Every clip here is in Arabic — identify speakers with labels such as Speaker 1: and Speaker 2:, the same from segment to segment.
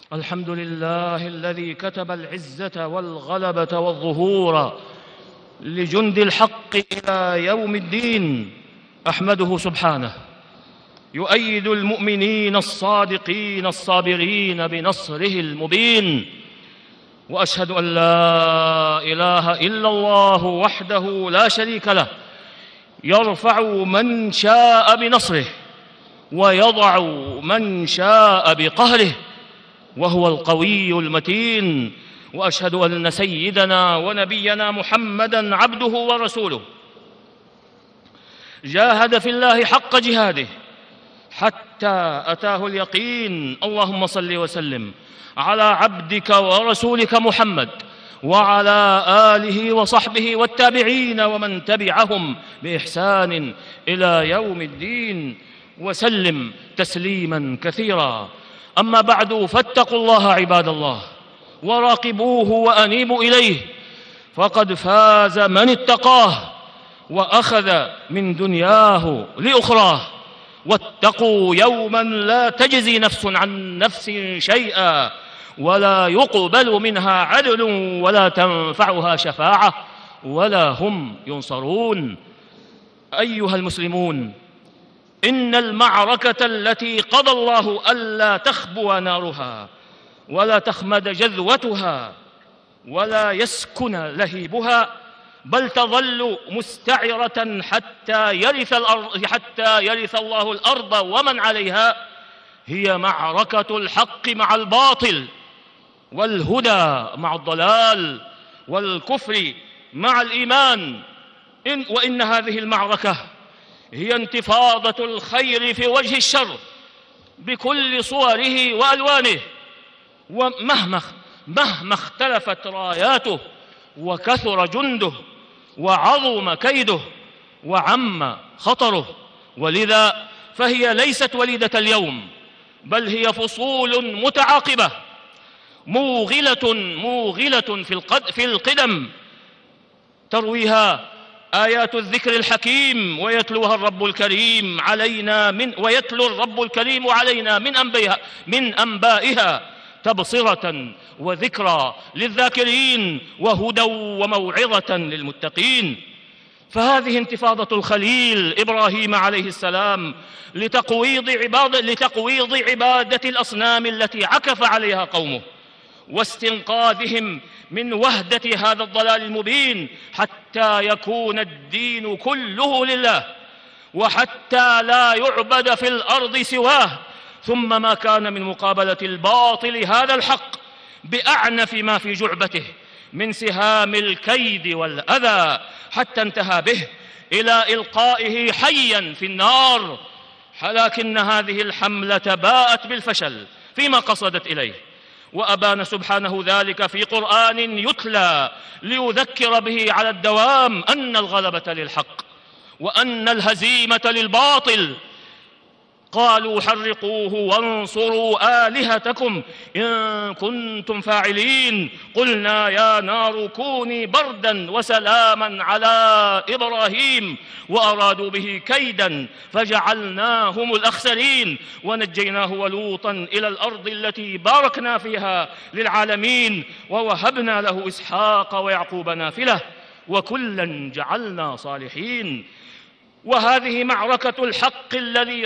Speaker 1: الحمد لله الذي كتب العزة والغلبة والظهور لجند الحق إلى يوم الدين. أحمده سبحانه يؤيد المؤمنين الصادقين الصابرين بنصره المبين، وأشهد أن لا إله إلا الله وحده لا شريك له، يرفع من شاء بنصره ويضع من شاء بقهره، وهو القوي المتين. وأشهد أن سيدنا ونبينا محمدًا عبده ورسوله، جاهد في الله حق جهاده حتى أتاه اليقين. اللهم صل وسلم على عبدك ورسولك محمد وعلى آله وصحبه والتابعين ومن تبعهم بإحسان إلى يوم الدين، وسلم تسليماً كثيراً. أما بعد، فاتقوا الله عباد الله وراقبوه وأنيبوا إليه، فقد فاز من اتقاه وأخذ من دنياه لأخراه. واتقوا يوماً لا تجزي نفس عن نفس شيئا ولا يقبل منها عدل ولا تنفعها شفاعة ولا هم ينصرون. أيها المسلمون، إن المعركة التي قضى الله ألا تخبو نارها ولا تخمد جذوتها ولا يسكن لهيبها، بل تظل مستعرة حتى يرث الله الأرض ومن عليها، هي معركة الحق مع الباطل، والهدى مع الضلال، والكفر مع الإيمان. وإن هذه المعركة هي انتفاضة الخير في وجه الشر بكل صوره وألوانه، ومهما اختلفت راياته وكثر جنده وعظم كيده وعم خطره. ولذا فهي ليست وليدة اليوم، بل هي فصول متعاقبة موغلة في القدم، ترويها آيات الذكر الحكيم، ويتلو الرب الكريم علينا من أنبائها تبصرة وذكرى للذاكرين وهدى وموعظة للمتقين. فهذه انتفاضة الخليل إبراهيم عليه السلام لتقويض عبادة الأصنام التي عكف عليها قومه، واستنقاذهم من وهدة هذا الضلال المبين، حتى يكون الدين كله لله، وحتى لا يعبد في الأرض سواه. ثم ما كان من مقابلة الباطل هذا الحق بأعنف ما في جعبته من سهام الكيد والأذى، حتى انتهى به إلى إلقائه حيا في النار. لكن هذه الحملة باءت بالفشل فيما قصدت إليه، وأبان سبحانه ذلك في قرآن يتلى ليذكر به على الدوام أن الغلبة للحق وأن الهزيمة للباطل. قالوا حرقوه وانصروا آلهتكم إن كنتم فاعلين. قلنا يا نار كوني بردا وسلاما على إبراهيم وأرادوا به كيدا فجعلناهم الأخسرين ونجيناه ولوطا إلى الأرض التي باركنا فيها للعالمين ووهبنا له إسحاق ويعقوب نافلة وكلا جعلنا صالحين. وهذه معركة الحق الذي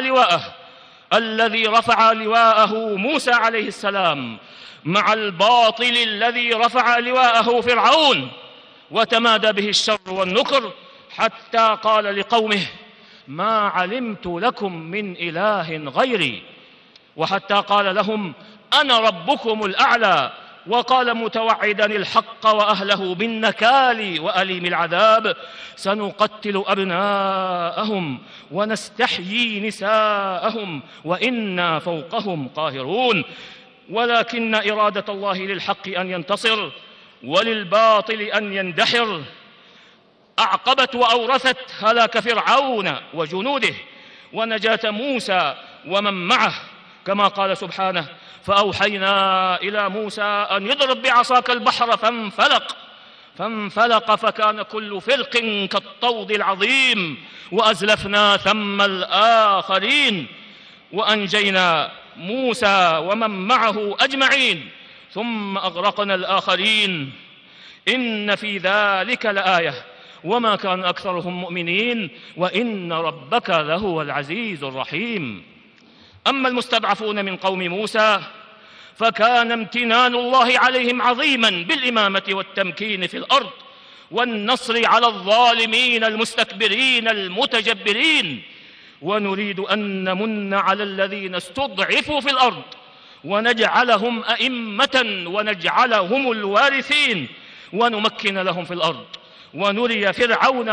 Speaker 1: رفع لواءه موسى عليه السلام، مع الباطل الذي رفع لواءه فرعون وتمادى به الشر والنكر، حتى قال لقومه ما علمت لكم من إله غيري، وحتى قال لهم أنا ربكم الأعلى. وقال متوعدا الحق وأهله بالنكال وأليم العذاب سنقتل أبناءهم ونستحيي نساءهم وإنا فوقهم قاهرون. ولكن إرادة الله للحق أن ينتصر وللباطل أن يندحر أعقبت وأورثت هلاك فرعون وجنوده ونجاة موسى ومن معه، كما قال سبحانه فأوحينا إلى موسى أن يضرب بعصاك البحر فانفلق فكان كل فرق كالطود العظيم وأزلفنا ثم الآخرين وأنجينا موسى ومن معه أجمعين ثم أغرقنا الآخرين إن في ذلك لآية وما كان أكثرهم مؤمنين وإن ربك لهو العزيز الرحيم. أما المستضعفون من قوم موسى فكان امتنان الله عليهم عظيما بالإمامة والتمكين في الأرض والنصر على الظالمين المستكبرين المتجبرين، ونريد أن نمن على الذين استضعفوا في الأرض ونجعلهم أئمة ونجعلهم الوارثين ونمكن لهم في الأرض ونري فرعون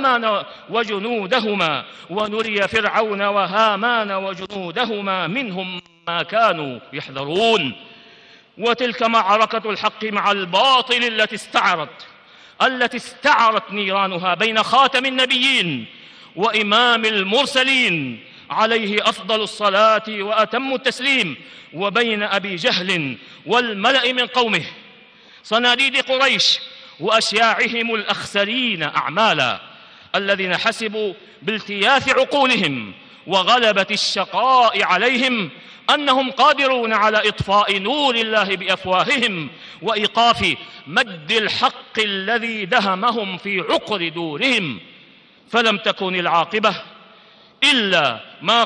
Speaker 1: وهامان وجنودهما منهم ما كانوا يحذرون. وتلك معركة الحق مع الباطل التي استعرت نيرانها بين خاتم النبيين وإمام المرسلين عليه أفضل الصلاة وأتم التسليم، وبين أبي جهل والملأ من قومه صناديد قريش وأشياعهم الأخسرين أعمالا، الذين حسبوا بالتياث عقولهم وغلبة الشقاء عليهم أنهم قادرون على إطفاء نور الله بأفواههم وإيقاف مد الحق الذي دهمهم في عقر دورهم، فلم تكن العاقبة إلا ما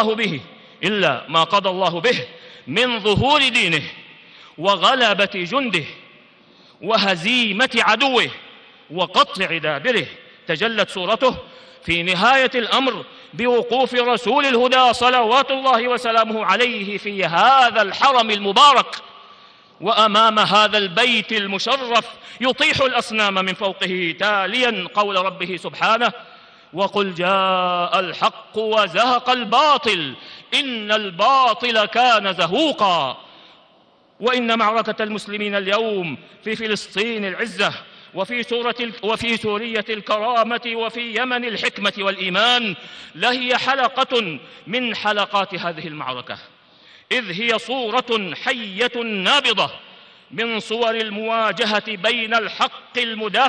Speaker 1: قضى الله به من ظهور دينه وغلبة جنده وهزيمة عدوه وقطع دابره. تجلت سورته في نهاية الأمر بوقوف رسول الهدى صلوات الله وسلامه عليه في هذا الحرم المبارك وأمام هذا البيت المشرف يطيح الأصنام من فوقه، تاليا قول ربه سبحانه: وقل جاء الحق وزهق الباطل إن الباطل كان زهوقا. وإن معركة المسلمين اليوم في فلسطين العزة وفي سورية الكرامة وفي يمن الحكمة والإيمان لهي حلقة من حلقات هذه المعركة، إذ هي صورة حية نابضة من صور المواجهة بين الحق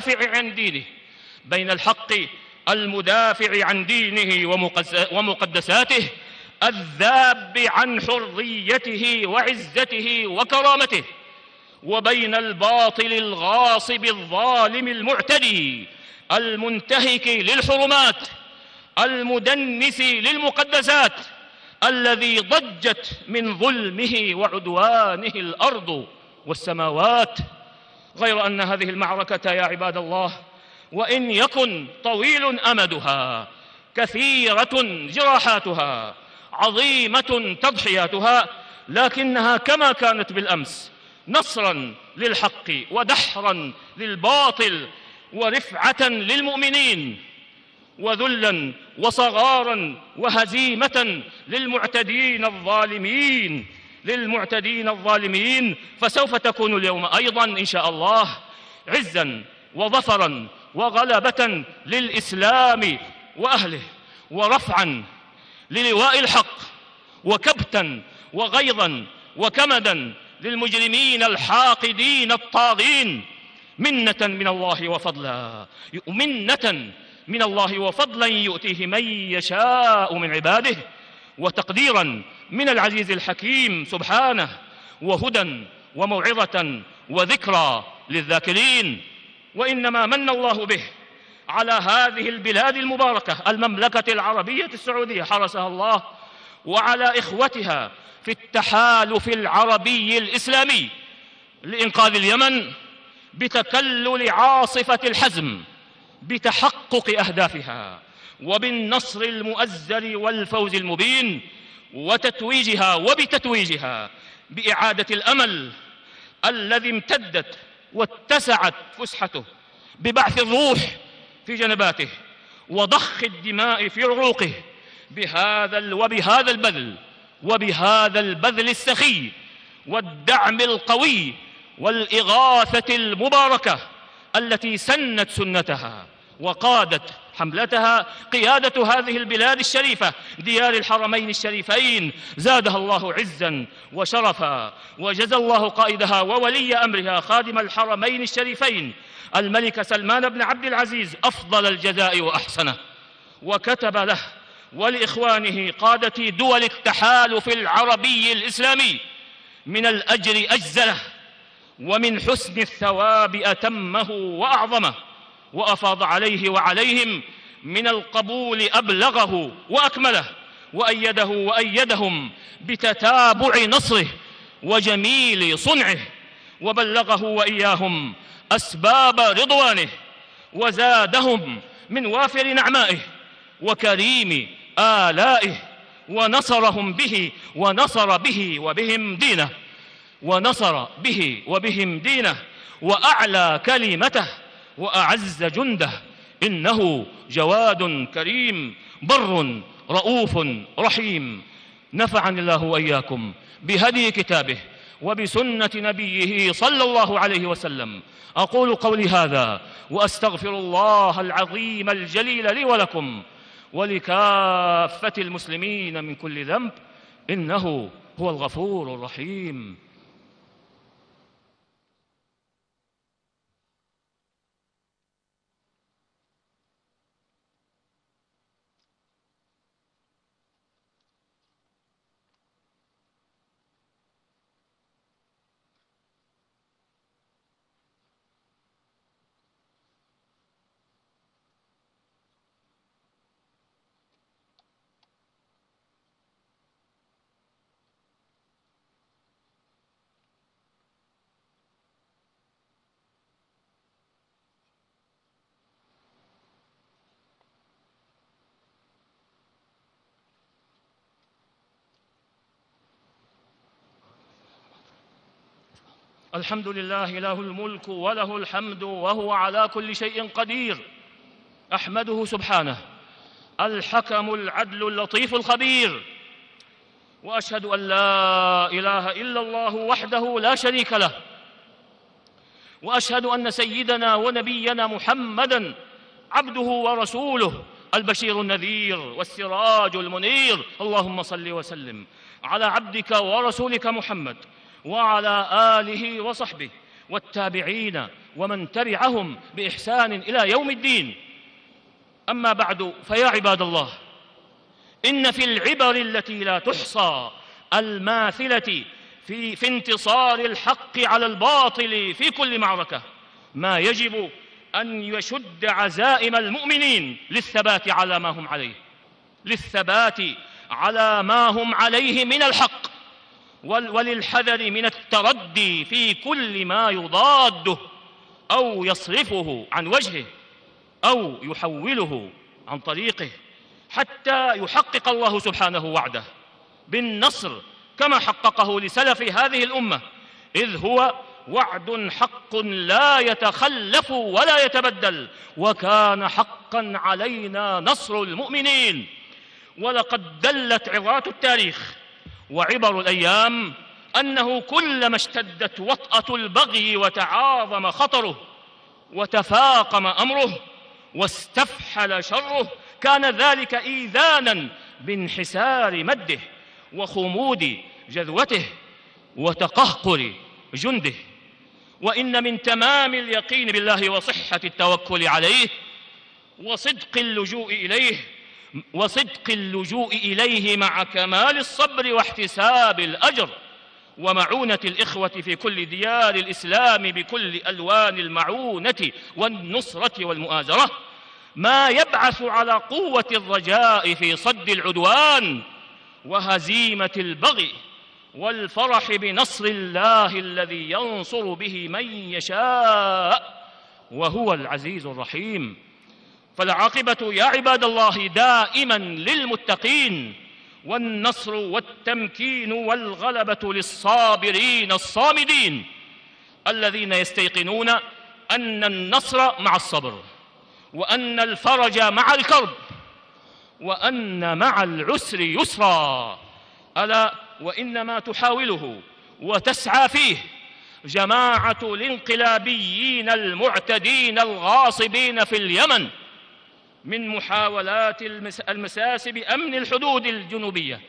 Speaker 1: المدافع عن دينه ومقدساته الذاب عن حريته وعزته وكرامته، وبين الباطل الغاصب الظالم المعتدي المنتهك للحرمات المدنس للمقدسات الذي ضجت من ظلمه وعدوانه الأرض والسماوات. غير أن هذه المعركة يا عباد الله وإن يكن طويل أمدها كثيرة جراحاتها عظيمة تضحياتها، لكنها كما كانت بالأمس نصرا للحق ودحرا للباطل ورفعة للمؤمنين وذلا وصغارا وهزيمة للمعتدين الظالمين، فسوف تكون اليوم أيضا إن شاء الله عزا وظفرا وغلبة للإسلام وأهله ورفعا للواء الحق وكبتا وغيظا وكمدا للمجرمين الحاقدين الطاغين، منة من الله وفضلا يؤتيه من يشاء من عباده، وتقديرا من العزيز الحكيم سبحانه، وهدى وموعظة وذكرى للذاكرين. وإنما من الله به على هذه البلاد المباركة المملكة العربية السعودية حرسها الله، وعلى إخوتها في التحالف العربي الإسلامي لإنقاذ اليمن بتكلل عاصفة الحزم بتحقق أهدافها وبالنصر المؤزر والفوز المبين، وبتتويجها بإعادة الأمل الذي امتدت واتسعت فسحته، ببعث الروح في جنباته وضخ الدماء في عروقه وبهذا البذل السخي والدعم القوي والإغاثة المباركة التي سنت سنتها وقادت حملتها قيادة هذه البلاد الشريفة ديار الحرمين الشريفين، زادها الله عزا وشرفا، وجزى الله قائدها وولي أمرها خادم الحرمين الشريفين الملك سلمان بن عبد العزيز أفضل الجزاء وأحسنه، وكتب له ولإخوانه قادة دول التحالف العربي الإسلامي من الأجر أجزله، ومن حسن الثواب أتمه وأعظمه، وأفاض عليه وعليهم من القبول أبلغه وأكمله، وأيده وأيدهم بتتابع نصره وجميل صنعه، وبلغه وإياهم أسباب رضوانه، وزادهم من وافر نعمائه وكريم آلائه، ونصرهم به ونصر به وبهم دينه، ونصر به وبهم دينه، وأعلى كلمته وأعز جنده، إنه جواد كريم بر رؤوف رحيم. نفعني الله وإياكم بهدي كتابه وبسنة نبيه صلى الله عليه وسلم. أقول قولي هذا وأستغفر الله العظيم الجليل لي ولكم ولكافة المسلمين من كل ذنب، إنه هو الغفور الرحيم. الحمد لله له الملك وله الحمد وهو على كل شيء قدير. أحمده سبحانه الحكم العدل اللطيف الخبير، وأشهد أن لا إله إلا الله وحده لا شريك له، وأشهد أن سيدنا ونبينا محمدًا عبده ورسوله البشير النذير والسراج المنير. اللهم صل وسلم على عبدك ورسولك محمد وعلى آله وصحبه والتابعين ومن تبعهم بإحسان إلى يوم الدين. أما بعد، فيا عباد الله، إن في العبر التي لا تحصى الماثلة في انتصار الحق على الباطل في كل معركة ما يجب أن يشد عزائم المؤمنين للثبات على ما هم عليه، للثبات على ما هم عليه من الحق، وللحذر من التردي في كل ما يضاده أو يصرفه عن وجهه أو يحوله عن طريقه، حتى يحقق الله سبحانه وعده بالنصر كما حققه لسلف هذه الأمة، إذ هو وعد حق لا يتخلف ولا يتبدل، وكان حقا علينا نصر المؤمنين. ولقد دلت عظات التاريخ وعبر الأيام أنه كلما اشتدت وطأة البغي وتعاظم خطره وتفاقم أمره واستفحل شره، كان ذلك إيذانا بانحسار مده وخمود جذوته وتقهقر جنده. وإن من تمام اليقين بالله وصحة التوكل عليه وصدق اللجوء إليه مع كمال الصبر واحتساب الأجر ومعونة الإخوة في كل ديار الإسلام بكل ألوان المعونة والنصرة والمؤازرة، ما يبعث على قوة الرجاء في صد العدوان وهزيمة البغي، والفرح بنصر الله الذي ينصر به من يشاء وهو العزيز الرحيم. فالعاقبة يا عباد الله دائما للمتقين، والنصر والتمكين والغلبة للصابرين الصامدين الذين يستيقنون أن النصر مع الصبر، وأن الفرج مع الكرب، وأن مع العسر يسرا. ألا وإنما تحاوله وتسعى فيه جماعة الانقلابيين المعتدين الغاصبين في اليمن من محاولات المساس بأمن الحدود الجنوبية،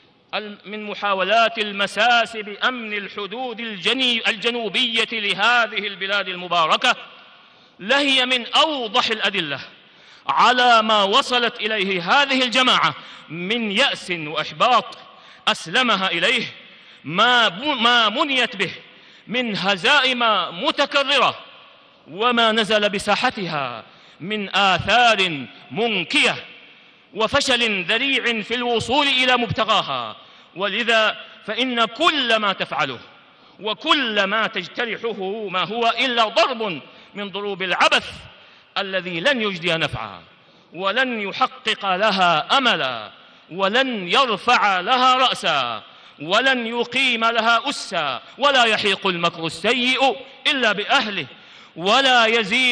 Speaker 1: الجنوبية لهذه البلاد المباركة، لهي من أوضح الأدلة على ما وصلت إليه هذه الجماعة من يأس وإحباط أسلمها إليه، ما منيت به من هزائم متكررة، وما نزل بساحتها من آثار منكية وفشل ذريع في الوصول إلى مبتغاها. ولذا فإن كل ما تفعله وكل ما تجترحه ما هو إلا ضرب من ضروب العبث الذي لن يجدي نفعا ولن يحقق لها أملا ولن يرفع لها رأسا ولن يقيم لها أسا، ولا يحيق المكر السيء إلا بأهله، ولا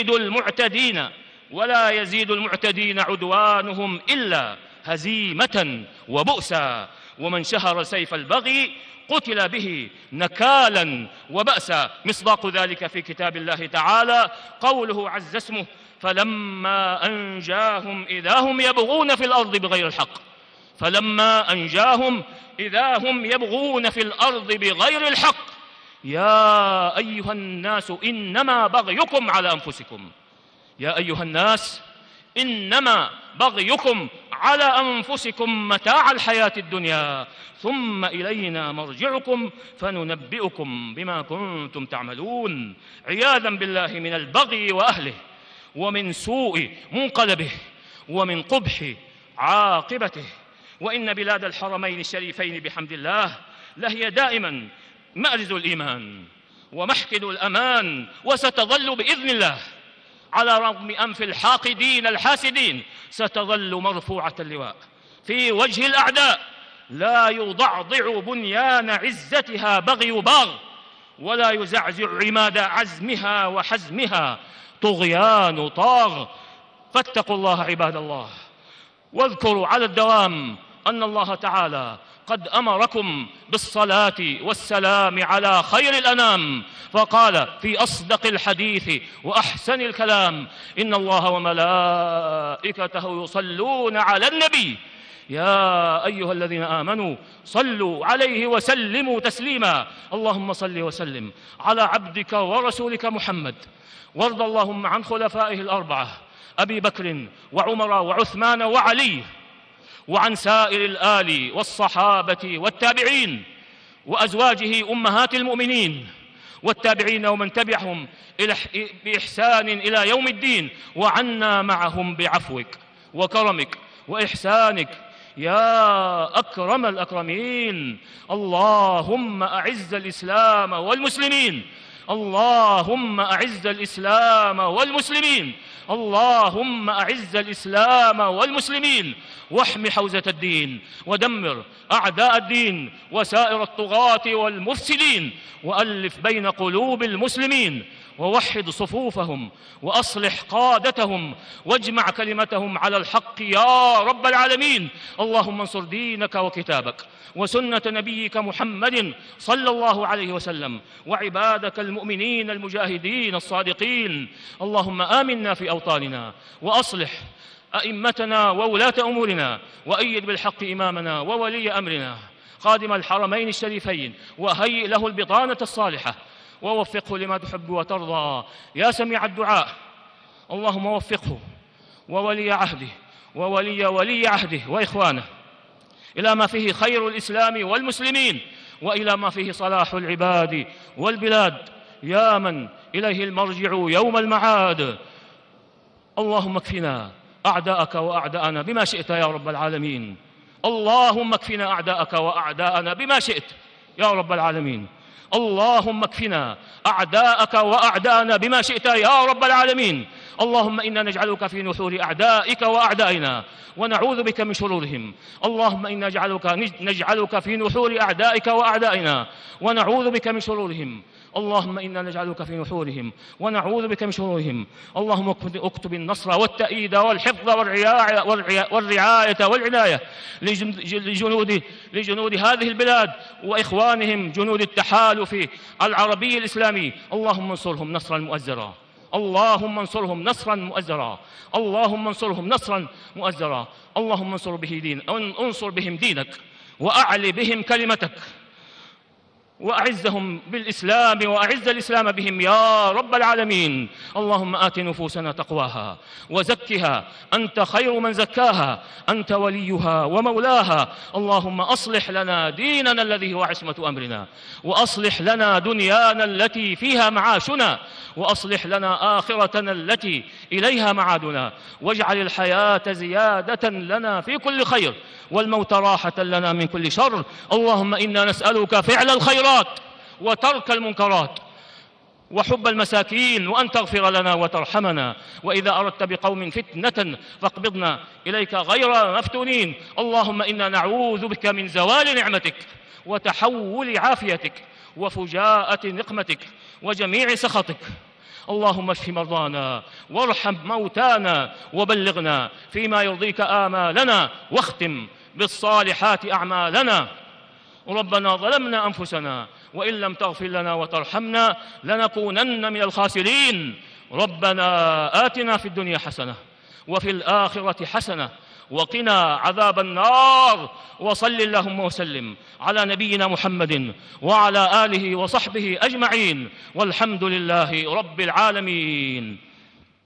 Speaker 1: يزيد المعتدين عدوانهم إلا هزيمة وبؤسا. ومن شهر سيف البغي قتل به نكالا وبأسا. مصداق ذلك في كتاب الله تعالى قوله عز اسمه: فلما أنجاهم إذا هم يبغون في الأرض بغير الحق. فلما أنجاهم إذا هم يبغون في الأرض بغير الحق. يا أيها الناس إنما بغيكم على أنفسكم. يا أيها الناس إنما بغيكم على أنفسكم متاع الحياة الدنيا، ثم إلينا مرجعكم فننبئكم بما كنتم تعملون. عياذا بالله من البغي وأهله، ومن سوء منقلبه، ومن قبح عاقبته. وإن بلاد الحرمين الشريفين بحمد الله لهي دائما مأرز الإيمان ومحكد الأمان، وستظل بإذن الله على رغم أنف الحاقدين الحاسدين ستظل مرفوعة اللواء في وجه الأعداء، لا يضعضع بنيان عزتها بغي باغ، ولا يزعزع عماد عزمها وحزمها طغيان طاغ. فاتقوا الله عباد الله، واذكروا على الدوام أن الله تعالى قد أمركم بالصلاة والسلام على خير الأنام، فقال في أصدق الحديث وأحسن الكلام: إن الله وملائكته يصلون على النبي يا أيها الذين آمنوا صلوا عليه وسلموا تسليما. اللهم صل وسلم على عبدك ورسولك محمد، وارض اللهم عن خلفائه الأربعة أبي بكر وعمر وعثمان وعلي، وعن سائر الآل والصحابة والتابعين وأزواجه أمهات المؤمنين والتابعين ومن تبعهم بإحسان إلى يوم الدين، وعنا معهم بعفوك وكرمك وإحسانك يا أكرم الأكرمين. اللهم أعز الإسلام والمسلمين، اللهم أعز الإسلام والمسلمين، اللهم أعز الإسلام والمسلمين، واحم حوزة الدين، ودمر أعداء الدين وسائر الطغاة والمفسدين، وألف بين قلوب المسلمين، ووحد صفوفهم، وأصلح قادتهم، واجمع كلمتهم على الحق يا رب العالمين. اللهم انصر دينك وكتابك وسنة نبيك محمد صلى الله عليه وسلم، وعبادك المؤمنين المجاهدين الصادقين. اللهم آمنا في أوطاننا، وأصلح أئمتنا وولاة أمورنا، وأيد بالحق إمامنا وولي أمرنا خادم الحرمين الشريفين، وهيئ له البطانة الصالحة، ووفقه لما تحب وترضى يا سميع الدعاء. اللهم وفقه وولي عهده ولي عهده وإخوانه إلى ما فيه خير الإسلام والمسلمين، وإلى ما فيه صلاح العباد والبلاد، يا من إليه المرجع يوم المعاد. اللهم اكفنا أعداءك وأعداءنا بما شئت يا رب العالمين. اللهم اكفنا أعداءك وأعداءنا بما شئت يا رب العالمين. اللهم اكفنا أعداءك وأعداءنا بما شئت يا رب العالمين. اللهم إنا نجعلك في نحور أعدائك وأعدائنا، ونعوذ بك من شرورهم. اللهم إنا نجعلك في نحور أعدائك وأعدائنا، ونعوذ بك من شرورهم. اللهم إنا نجعلك في نحورهم ونعوذ بك من شرورهم. اللهم اكتب النصر والتأييد والحفظ والرعاية والعناية لجنود هذه البلاد وإخوانهم جنود التحالف العربي الإسلامي. اللهم انصرهم نصرا مؤزرا، اللهم انصرهم نصرا مؤزرا، اللهم انصرهم نصرا مؤزرا. اللهم انصر بهم دينك، وأعل بهم كلمتك، وأعزهم بالإسلام وأعز الإسلام بهم يا رب العالمين. اللهم آت نفوسنا تقواها وزكها، أنت خير من زكاها، أنت وليها ومولاها. اللهم أصلح لنا ديننا الذي هو عصمة أمرنا، وأصلح لنا دنيانا التي فيها معاشنا، وأصلح لنا آخرتنا التي إليها معادنا، واجعل الحياة زيادة لنا في كل خير، والموت راحة لنا من كل شر. اللهم إنا نسألك فعل الخيرات وترك المنكرات وحب المساكين، وأن تغفر لنا وترحمنا، وإذا أردت بقوم فتنة فاقبضنا إليك غير مفتونين. اللهم إنا نعوذ بك من زوال نعمتك وتحول عافيتك وفجاءة نقمتك وجميع سخطك. اللهم اشف مرضانا وارحم موتانا وبلغنا فيما يرضيك آمالنا، واختم بالصالحات أعمالنا. ربنا ظلمنا أنفسنا وإن لم تغفر لنا وترحمنا لنكونن من الخاسرين. ربنا آتنا في الدنيا حسنة وفي الآخرة حسنة وقنا عذاب النار. وصل اللهم وسلم على نبينا محمد وعلى آله وصحبه أجمعين، والحمد لله رب العالمين.